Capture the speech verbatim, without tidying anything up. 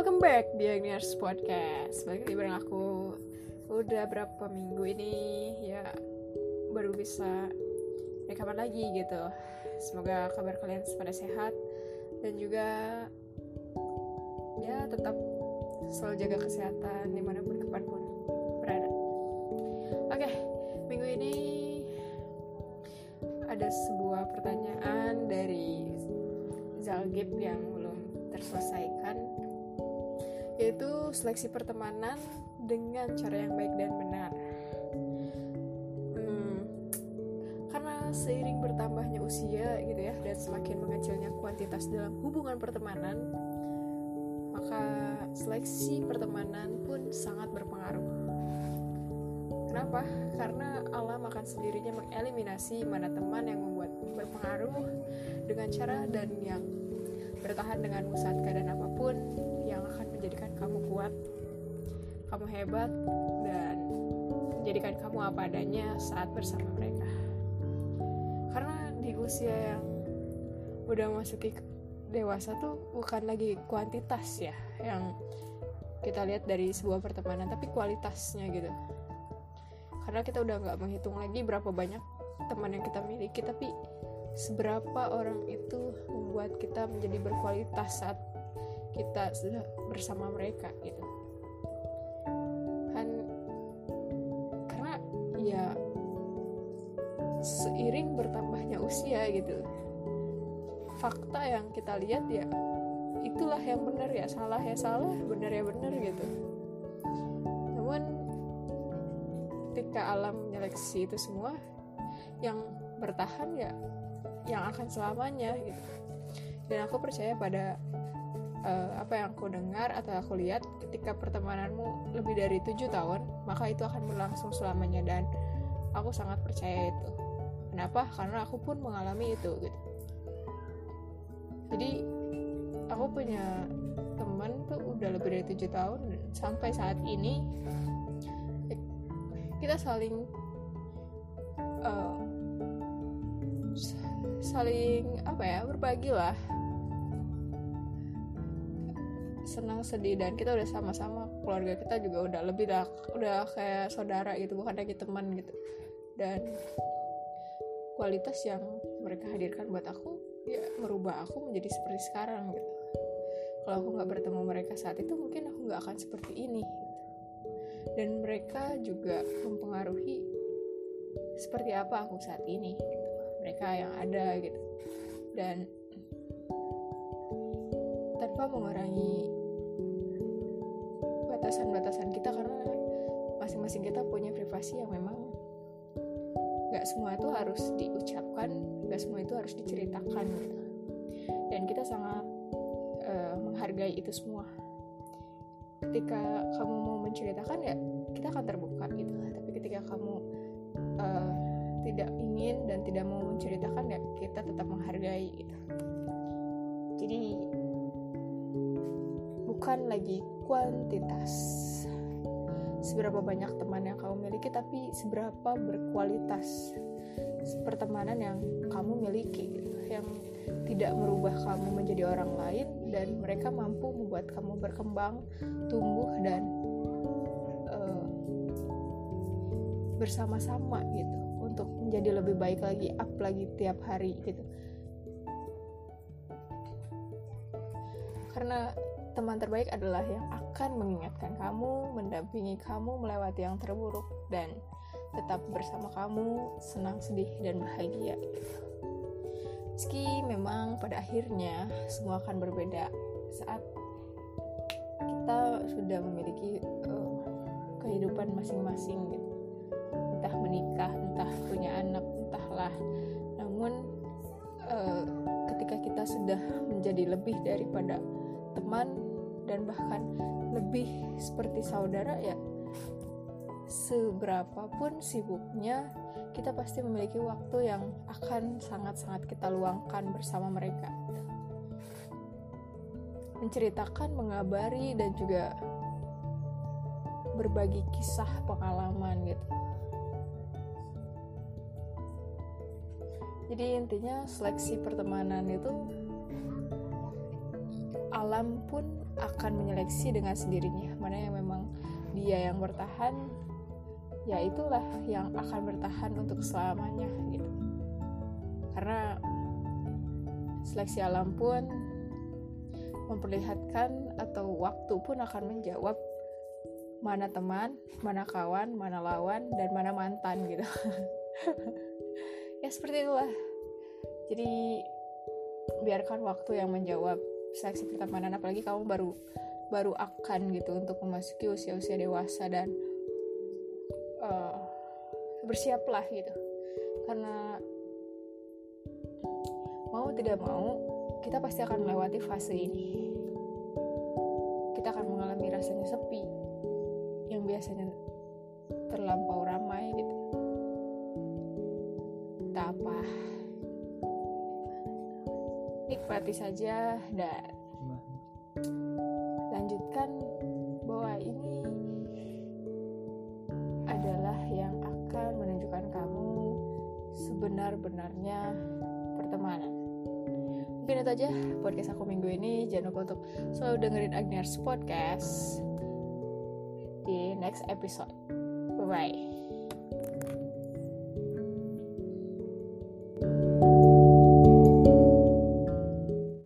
Welcome back di Agniars Podcast. Balik lagi bareng aku. Udah berapa minggu ini ya baru bisa rekaman lagi gitu. Semoga kabar kalian pada sehat dan juga ya tetap selalu jaga kesehatan dimanapun kapanpun berada. Oke, minggu ini ada sebuah pertanyaan dari Zalgib yang belum terselesaikan, yaitu seleksi pertemanan dengan cara yang baik dan benar. Hmm, karena seiring bertambahnya usia gitu ya, dan semakin mengecilnya kuantitas dalam hubungan pertemanan, maka seleksi pertemanan pun sangat berpengaruh. Kenapa? Karena alam akan sendirinya mengeliminasi mana teman yang membuat berpengaruh dengan cara dan yang bertahan denganmu saat keadaan apapun yang akan menjadikan kamu kuat, kamu hebat, dan menjadikan kamu apa adanya saat bersama mereka. Karena di usia yang udah masuki dewasa tuh bukan lagi kuantitas ya yang kita lihat dari sebuah pertemanan, tapi kualitasnya gitu. Karena kita udah gak menghitung lagi berapa banyak teman yang kita miliki, tapi seberapa orang itu membuat kita menjadi berkualitas saat kita sudah bersama mereka gitu. Kan karena ya seiring bertambahnya usia gitu, fakta yang kita lihat ya itulah yang benar, ya salah ya salah, benar ya benar gitu. Namun ketika alam menyeleksi itu semua, yang bertahan ya yang akan selamanya gitu. Dan aku percaya pada uh, apa yang aku dengar atau aku lihat, ketika pertemananmu lebih dari tujuh tahun, maka itu akan berlangsung selamanya, dan aku sangat percaya itu. Kenapa? Karena aku pun mengalami itu gitu. Jadi aku punya teman tuh udah lebih dari tujuh tahun, dan sampai saat ini kita saling uh, saling apa ya berbagi lah, senang sedih, dan kita udah sama-sama, keluarga kita juga udah lebih dah, udah kayak saudara gitu, bukan lagi teman gitu. Dan kualitas yang mereka hadirkan buat aku ya merubah aku menjadi seperti sekarang gitu. Kalau aku nggak bertemu mereka saat itu, mungkin aku nggak akan seperti ini gitu. Dan mereka juga mempengaruhi seperti apa aku saat ini gitu. Mereka yang ada gitu. Dan tanpa mengurangi batasan-batasan kita, karena masing-masing kita punya privasi yang memang gak semua itu harus diucapkan, gak semua itu harus diceritakan gitu. Dan kita sangat uh, menghargai itu semua. Ketika kamu mau menceritakan ya kita akan terbuka gitu. Tapi ketika kamu uh, tidak ingin dan tidak mau menceritakan ya kita tetap menghargai gitu. Jadi bukan lagi kuantitas seberapa banyak teman yang kamu miliki, tapi seberapa berkualitas pertemanan yang kamu miliki gitu, yang tidak merubah kamu menjadi orang lain, dan mereka mampu membuat kamu berkembang, tumbuh, dan uh, bersama-sama gitu untuk menjadi lebih baik lagi, up lagi tiap hari gitu. Karena teman terbaik adalah yang akan mengingatkan kamu, mendampingi kamu melewati yang terburuk, dan tetap bersama kamu senang, sedih, dan bahagia gitu. Meski memang pada akhirnya semua akan berbeda saat kita sudah memiliki uh, kehidupan masing-masing gitu. Entah menikah, entah punya anak, entahlah. Namun uh, ketika kita sudah menjadi lebih daripada teman dan bahkan lebih seperti saudara ya, seberapapun sibuknya kita pasti memiliki waktu yang akan sangat-sangat kita luangkan bersama mereka, menceritakan, mengabari, dan juga berbagi kisah pengalaman gitu. Jadi intinya seleksi pertemanan itu alam pun akan menyeleksi dengan sendirinya mana yang memang dia yang bertahan, ya itulah yang akan bertahan untuk selamanya gitu. Karena seleksi alam pun memperlihatkan atau waktu pun akan menjawab mana teman, mana kawan, mana lawan, dan mana mantan gitu. Ya seperti itulah. Jadi biarkan waktu yang menjawab seleksi pertemanan, apalagi kamu baru baru akan gitu untuk memasuki usia-usia dewasa, dan uh, bersiaplah gitu. Karena mau tidak mau kita pasti akan melewati fase ini. Kita akan mengalami rasanya sepi yang biasanya terlampau ramai gitu. Tak apa, nikmati saja dan lanjutkan bahwa ini adalah yang akan menunjukkan kamu sebenar-benarnya pertemanan. Mungkin itu aja podcast aku minggu ini. Jangan lupa untuk selalu dengerin Agniars Podcast di next episode. Bye bye.